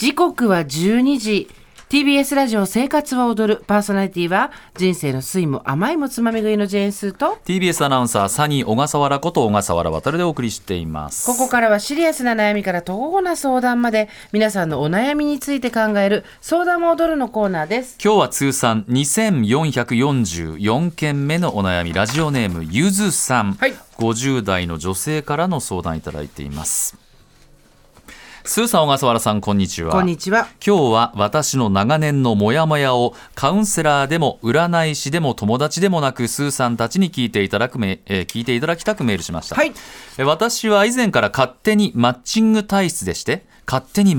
時刻は12時。 TBS ラジオ生活は踊る。パーソナリティは人生の酸いも甘いもつまみ食いのジェーンスーと TBS アナウンサーサニー小笠原こと小笠原渉でお送りしています。 ここからはシリアスな悩みから途方な相談まで皆さんのお悩みについて考える相談も踊るのコーナーです。 今日は通算2444件目のお悩み、ラジオネームゆずさん、 はい、 50代の女性からの相談いただいています。スーさん、小笠原さん、こんにちは。 こんにちは。 今日は私の長年のモヤモヤをカウンセラーでも占い師でも友達でもなくスーさんたちに聞いていただきたくメールしました。 はい、 私は以前から勝手にマッチング体質でして、例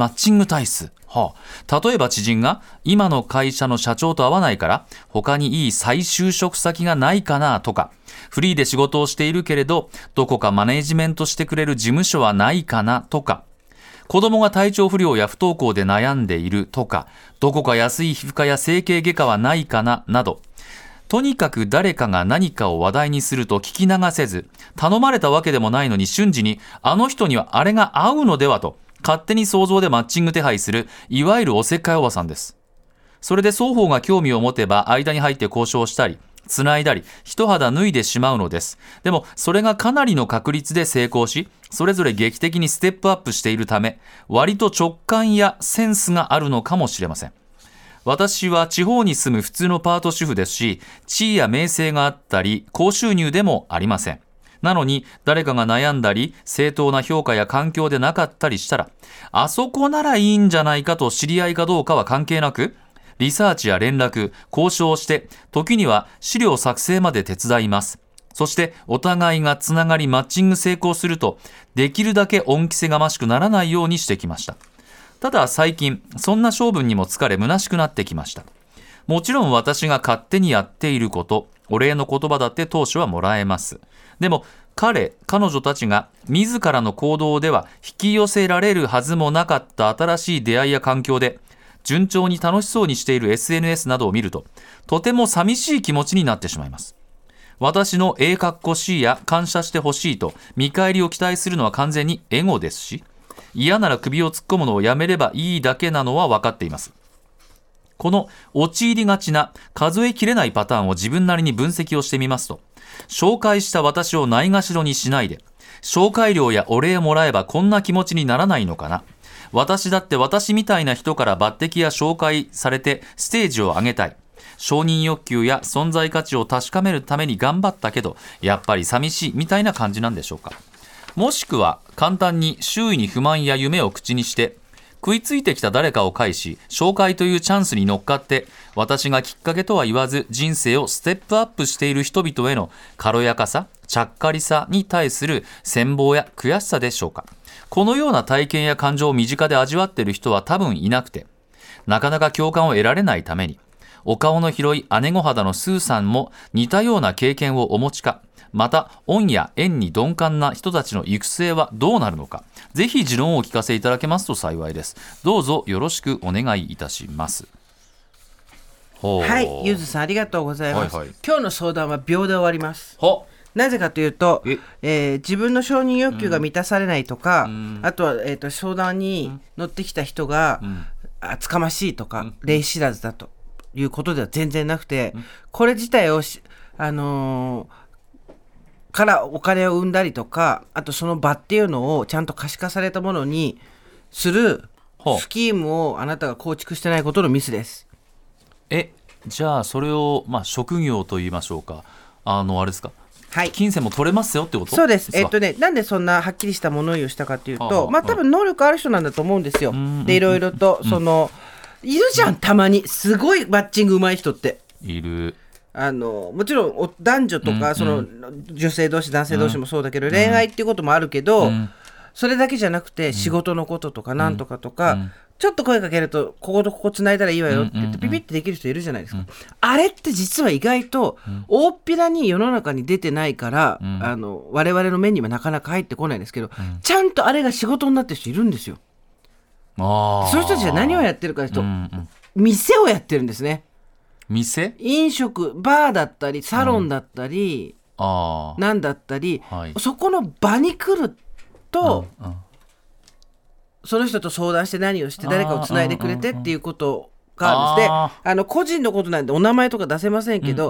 えば知人が今の会社の社長と会わないから他にいい再就職先がないかなとか、フリーで仕事をしているけれどどこかマネージメントしてくれる事務所はないかなとか、子供が体調不良や不登校で悩んでいるとか、どこか安い皮膚科や整形外科はないかななど、とにかく誰かが何かを話題にすると聞き流せず、頼まれたわけでもないのに瞬時にあの人にはあれが合うのではと勝手に想像でマッチング手配する、いわゆるおせっかいおばさんです。それで双方が興味を持てば間に入って交渉したり繋いだり一肌脱いでしまうのです。でもそれがかなりの確率で成功し、それぞれ劇的にステップアップしているため、割と直感やセンスがあるのかもしれません。私は地方に住む普通のパート主婦ですし、地位や名声があったり高収入でもありません。なのに誰かが悩んだり正当な評価や環境でなかったりしたら、あそこならいいんじゃないかと知り合いかどうかは関係なく、リサーチや連絡、交渉をして、時には資料作成まで手伝います。そしてお互いがつながりマッチング成功すると、できるだけ恩着せがましくならないようにしてきました。ただ最近そんな性分にも疲れ虚しくなってきました。もちろん私が勝手にやっていること、お礼の言葉だって当初はもらえます。でも彼女たちが自らの行動では引き寄せられるはずもなかった新しい出会いや環境で順調に楽しそうにしている SNS などを見ると、とても寂しい気持ちになってしまいます。私のかっこしいや感謝してほしいと見返りを期待するのは完全にエゴですし、嫌なら首を突っ込むのをやめればいいだけなのは分かっています。この陥りがちな数えきれないパターンを自分なりに分析をしてみますと、紹介した私をないがしろにしないで、紹介料やお礼もらえばこんな気持ちにならないのかな。私だって私みたいな人から抜擢や紹介されてステージを上げたい。承認欲求や存在価値を確かめるために頑張ったけど、やっぱり寂しいみたいな感じなんでしょうか。もしくは簡単に周囲に不満や夢を口にして食いついてきた誰かを介し、紹介というチャンスに乗っかって、私がきっかけとは言わず人生をステップアップしている人々への軽やかさ、ちゃっかりさに対する羨望や悔しさでしょうか。このような体験や感情を身近で味わっている人は多分いなくて、なかなか共感を得られないために、お顔の広い姉御肌のスーさんも似たような経験をお持ちか、また恩や縁に鈍感な人たちの育成はどうなるのか、ぜひ持論をお聞かせいただけますと幸いです。どうぞよろしくお願いいたします。 はい、ゆずさんありがとうございます。はいはい、今日の相談は秒で終わります。なぜかというと、自分の承認欲求が満たされないとか、あとは、相談に乗ってきた人が、厚かましいとか、礼知らずだということでは全然なくて、これ自体をからお金を生んだりとか、あとその場っていうのをちゃんと可視化されたものにするスキームをあなたが構築してないことのミスです。 じゃあそれを、職業と言いましょうか、あれですか、はい、金銭も取れますよってこと？ そうです。なんでそんなはっきりした物言いをしたかっていうと、多分能力ある人なんだと思うんですよ。でいろいろといるじゃん、たまにすごいマッチング上手い人っている。 もちろん男女とか、女性同士男性同士もそうだけど、恋愛っていうこともあるけど、それだけじゃなくて仕事のこととかなんとかとか、ちょっと声かけるとこことここつないだらいいわよって言ってピピってできる人いるじゃないですか。あれって実は意外と大っぴらに世の中に出てないから、我々の目にはなかなか入ってこないんですけど、ちゃんとあれが仕事になってる人いるんですよ。そういう人たちは何をやってるかというと、店をやってるんですね。 店？ 飲食バーだったりサロンだったり、なんだったり、そこの場に来ると、 その人と相談して何をして誰かをつないでくれてっていうことがあるんです。で個人のことなんでお名前とか出せませんけど、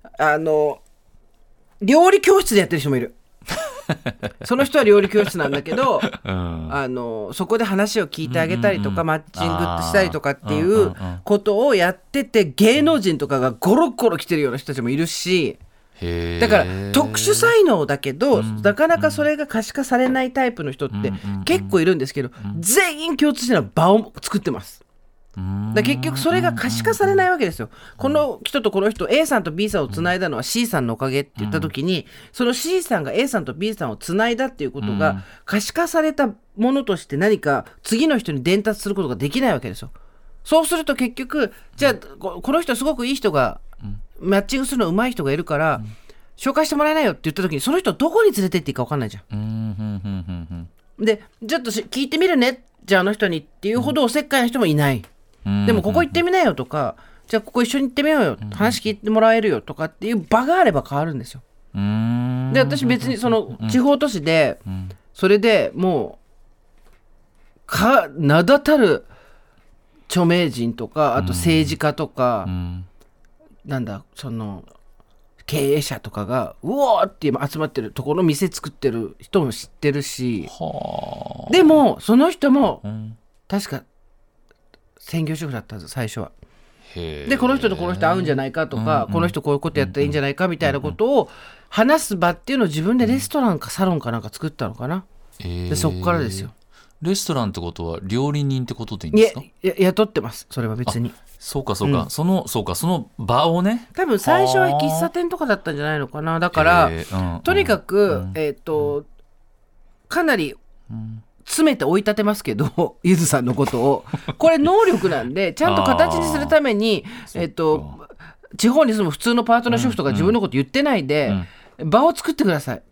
料理教室でやってる人もいるその人は料理教室なんだけど、そこで話を聞いてあげたりとか、マッチングしたりとかっていうことをやってて、芸能人とかがゴロゴロ来てるような人たちもいるし、だから特殊才能だけど、なかなかそれが可視化されないタイプの人って結構いるんですけど、全員共通してのは場を作ってます。だ結局それが可視化されないわけですよ。この人とこの人 A さんと B さんをつないだのは C さんのおかげって言った時に、その C さんが A さんと B さんをつないだっていうことが可視化されたものとして何か次の人に伝達することができないわけですよ。そうすると結局じゃあこの人すごくいい人がマッチングするの上手い人がいるから紹介してもらえないよって言った時に、その人どこに連れてっていいか分かんないじゃん。でちょっと聞いてみるねじゃああの人にっていうほどおせっかいな人もいない。でもここ行ってみなよとか、じゃあここ一緒に行ってみようよ、話聞いてもらえるよとかっていう場があれば変わるんですよ。で私別にその地方都市でそれでもう名だたる著名人とか、あと政治家とか、なんだその経営者とかがうおーって集まってるところの店作ってる人も知ってるし、でもその人も確か専業主婦だったんです最初は。でこの人とこの人会うんじゃないかとか、この人こういうことやったらいいんじゃないかみたいなことを話す場っていうのを自分でレストランかサロンかなんか作ったのかな。でそこからですよ。 レストランってことは料理人ってことでいいんですか？ 雇ってます。それは別に。 そうか、その場をね、 多分最初は喫茶店とかだったんじゃないのかな。だから、とにかく、かなり詰めて追い立てますけどゆずさんのことをこれ能力なんでちゃんと形にするために地方に住む普通のパートナー主婦とか自分のこと言ってないで、場を作ってください。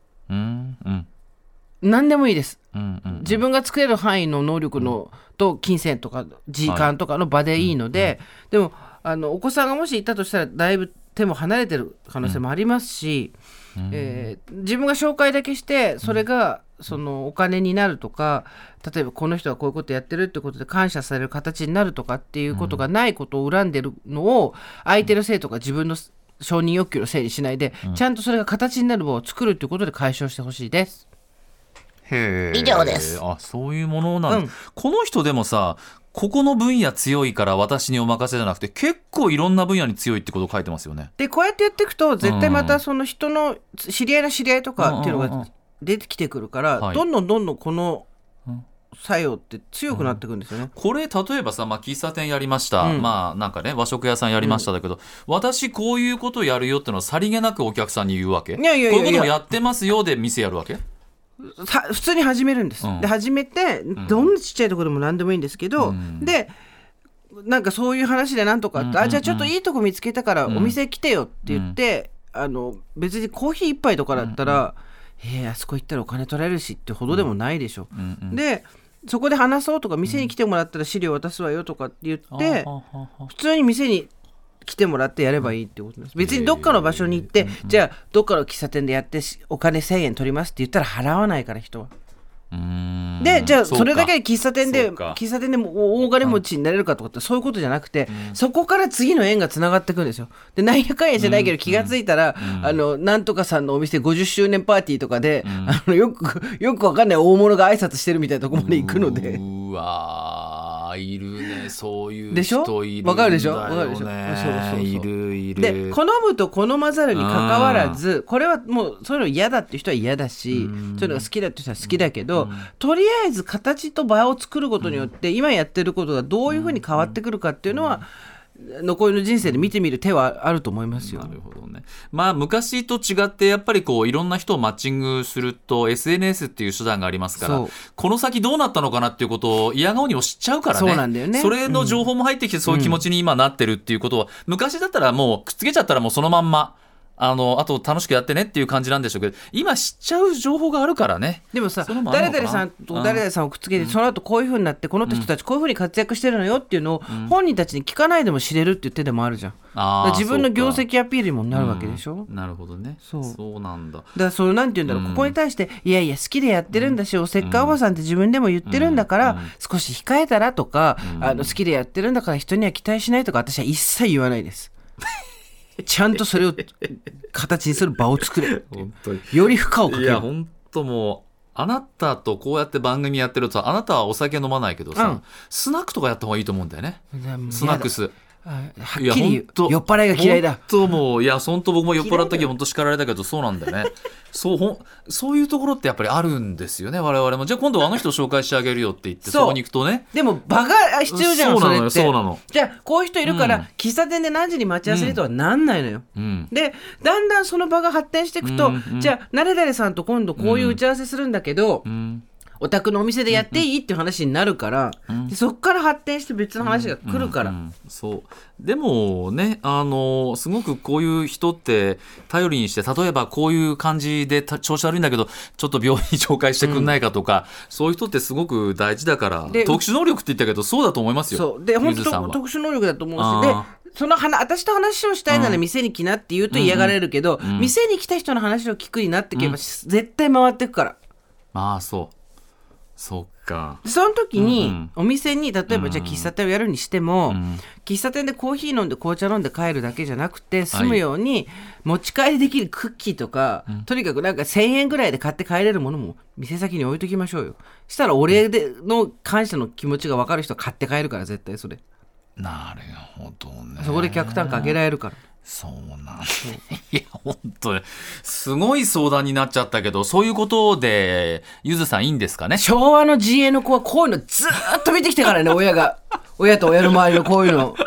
何でもいいです。自分が作れる範囲の能力のと金銭とか時間とかの場でいいので、でもお子さんがもしいたとしたらだいぶ手も離れてる可能性もありますし、自分が紹介だけしてそれがそのお金になるとか、例えばこの人はこういうことやってるってことで感謝される形になるとかっていうことがないことを恨んでるのを相手のせいとか自分の承認欲求のせいにしないで、ちゃんとそれが形になる場を作るっていうことで解消してほしいです。以上です。 そういうものなんだ。この人でもさ、ここの分野強いから私にお任せじゃなくて結構いろんな分野に強いってことを書いてますよね。 でこうやってやっていくと絶対またその人の知り合いの知り合いとかっていうのが出てきてくるから、どんどんこの作用って強くなってくるんですよね。 これ例えばさ、喫茶店やりました、なんかね和食屋さんやりましただけど、私こういうことやるよってのをさりげなくお客さんに言うわけ。こういうこともやってますよで店やるわけ。 普通に始めるんです。で始めてどんなちっちゃいところでも何でもいいんですけど、でなんかそういう話でなんとかって、じゃあちょっといいとこ見つけたからお店来てよって言って、別にコーヒー一杯とかだったら、あそこ行ったらお金取られるしってほどでもないでしょ。でそこで話そうとか、店に来てもらったら資料渡すわよとかって言って、普通に店に来てもらってやればいいってことです。別にどっかの場所に行って、じゃあどっかの喫茶店でやってお金1000円取りますって言ったら払わないから人は。でじゃあそれだけで喫茶店でも大金持ちになれるかとかってそういうことじゃなくて、そこから次の縁がつながっていくんですよ。でなんやかんやじゃないけど気がついたら、なんとかさんのお店50周年パーティーとかで、よくわかんない大物が挨拶してるみたいなところまで行くので。 うわいるね、そういう人いるんだよね。 でしょ、わかるでしょ、そういるで好むと好まざるに関わらず、これはもうそういうの嫌だっていう人は嫌だし、そういうのが好きだっていう人は好きだけど、とりあえず形と場を作ることによって、今やってることがどういうふうに変わってくるかっていうのは、残りの人生で見てみる手はあると思いますよ。 なるほどね。昔と違ってやっぱりいろんな人をマッチングすると SNS っていう手段がありますから、この先どうなったのかなっていうことを嫌顔にも知っちゃうからね。 そうなんだよね。 それの情報も入ってきて、そういう気持ちに今なってるっていうことは、昔だったらもうくっつけちゃったらもうそのまんまあと楽しくやってねっていう感じなんでしょうけど、今知っちゃう情報があるからね。 でもさ、 それもあるのかな。 誰々さんと誰々さんをくっつけて、その後こういう風になってこの人たちこういう風に活躍してるのよっていうのを本人たちに聞かないでも知れるっていう手でもあるじゃん。だから自分の業績アピールにもなるわけでしょ。 なるほどね。そうなんだ。 だからそのなんて言うんだろう、ここに対していやいや好きでやってるんだし、おせっかいおばさんって自分でも言ってるんだから、少し控えたらとか、好きでやってるんだから人には期待しないとか私は一切言わないですちゃんとそれを形にする場を作れ本当により負荷をかける。 いや本当もうあなたとこうやって番組やってると、あなたはお酒飲まないけどさ、スナックとかやった方がいいと思うんだよね。スナックスはっきり言う、酔っ払いが嫌いだ。 本当もう、いや本当僕も酔っ払った時本当叱られたけど、そうなんだよねそういうところってやっぱりあるんですよね。我々もじゃあ今度はあの人紹介してあげるよって言って、そこに行くとね。 でも場が必要じゃん。 そうなのよ、そうなの。 じゃあこういう人いるから、喫茶店で何時に待ち合わせるとはなんないのよ、でだんだんその場が発展していくと、じゃあ誰々さんと今度こういう打ち合わせするんだけど、お宅のお店でやっていいっていう話になるから、でそこから発展して別の話が来るから、 そうでもね、すごくこういう人って頼りにして、例えばこういう感じで調子悪いんだけどちょっと病院に紹介してくんないかとか、そういう人ってすごく大事だから、特殊能力って言ったけどそうだと思いますよ。 そうで本当特殊能力だと思うし、で私と話をしたいなら店に来なって言うと嫌がられるけど、店に来た人の話を聞くようになっていけば、絶対回っていくから。 そうか。 その時に、お店に例えばじゃあ喫茶店をやるにしても、喫茶店でコーヒー飲んで紅茶飲んで帰るだけじゃなくて済むように、持ち帰りできるクッキーとか、とにかくなんか1000円ぐらいで買って帰れるものも店先に置いときましょうよ。したらお礼の感謝の気持ちが分かる人は買って帰るから、絶対それ。 なるほどね。 そこで客単価上げられるから。 そうなんいや本当にすごい相談になっちゃったけど、そういうことでゆずさんいいんですかね。 昭和の GA の子はこういうのずっと見てきてからね親と親の周りのこういうの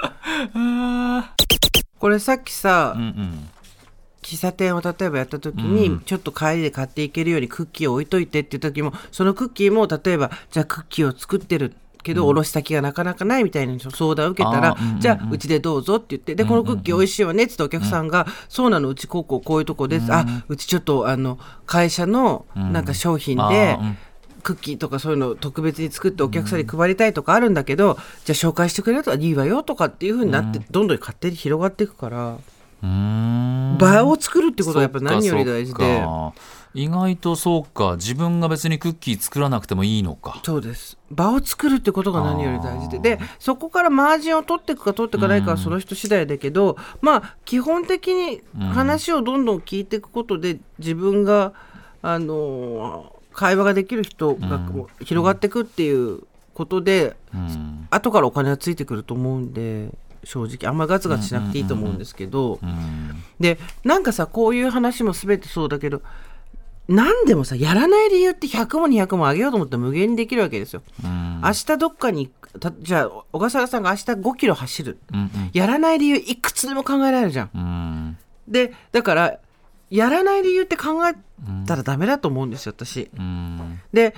これさっきさ、喫茶店を例えばやった時に、ちょっと帰りで買っていけるようにクッキーを置いといてっていう時も、そのクッキーも例えばじゃあクッキーを作ってるけど卸先がなかなかないみたいな相談を受けたら、じゃあうちでどうぞって言って、でこのクッキー美味しいわねって言ってお客さんが、そうなの、うちこういうとこです、うちちょっと会社のなんか商品でクッキーとかそういうのを特別に作ってお客さんに配りたいとかあるんだけど、じゃあ紹介してくれるといいわよとかっていう風になって、どんどん勝手に広がっていくから、場を作るってことはやっぱ何より大事で。 意外とそうか、自分が別にクッキー作らなくてもいいのか。 そうです、場を作るってことが何より大事で、そこからマージンを取っていくか取っていかないかはその人次第だけど、まあ基本的に話をどんどん聞いていくことで、自分が会話ができる人が広がっていくっていうことで、後からお金がついてくると思うんで、正直あんまガツガツしなくていいと思うんですけど、でなんかさ、こういう話も全てそうだけど、何でもさ、やらない理由って100も200も上げようと思ったら無限にできるわけですよ。明日どっかにじゃあ小笠原さんが明日5キロ走る、やらない理由いくつでも考えられるじゃん。でだからやらない理由って考えたらダメだと思うんですよ、私。で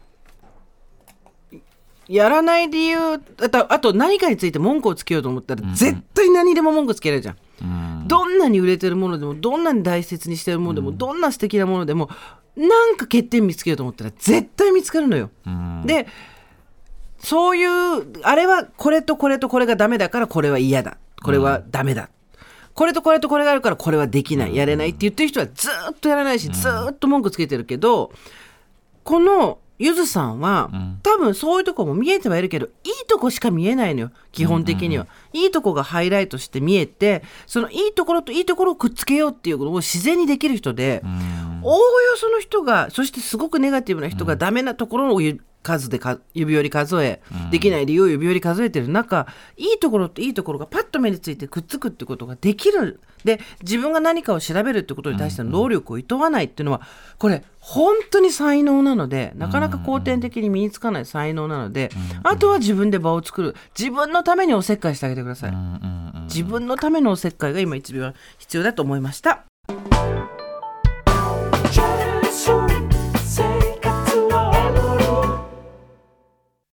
やらない理由、あと何かについて文句をつけようと思ったら、絶対何でも文句つけられるじゃん。どんなに売れてるものでも、どんなに大切にしてるものでも、どんな素敵なものでも、なんか欠点見つけようと思ったら絶対見つかるのよ。でそういうあれはこれとこれとこれがダメだからこれは嫌だ、これはダメだ、これとこれとこれがあるからこれはできない、やれないって言ってる人はずっとやらないし、ずっと文句つけてるけど、このゆずさんは、多分そういうとこも見えてはいるけど、いいとこしか見えないのよ、基本的には。いいとこがハイライトして見えて、そのいいところといいところをくっつけようっていうことを自然にできる人で、おおよその人が、そしてすごくネガティブな人がダメなところを指折り数え、できない理由を指折り数えてる中、いいところといいところがパッと目についてくっつくってことができる。で自分が何かを調べるってことに対しての労力をいとわないっていうのは、これ本当に才能なので、なかなか後天的に身につかない才能なので、あとは自分で場を作る、自分のためにおせっかいしてあげてください。自分のためのおせっかいが今一番必要だと思いました。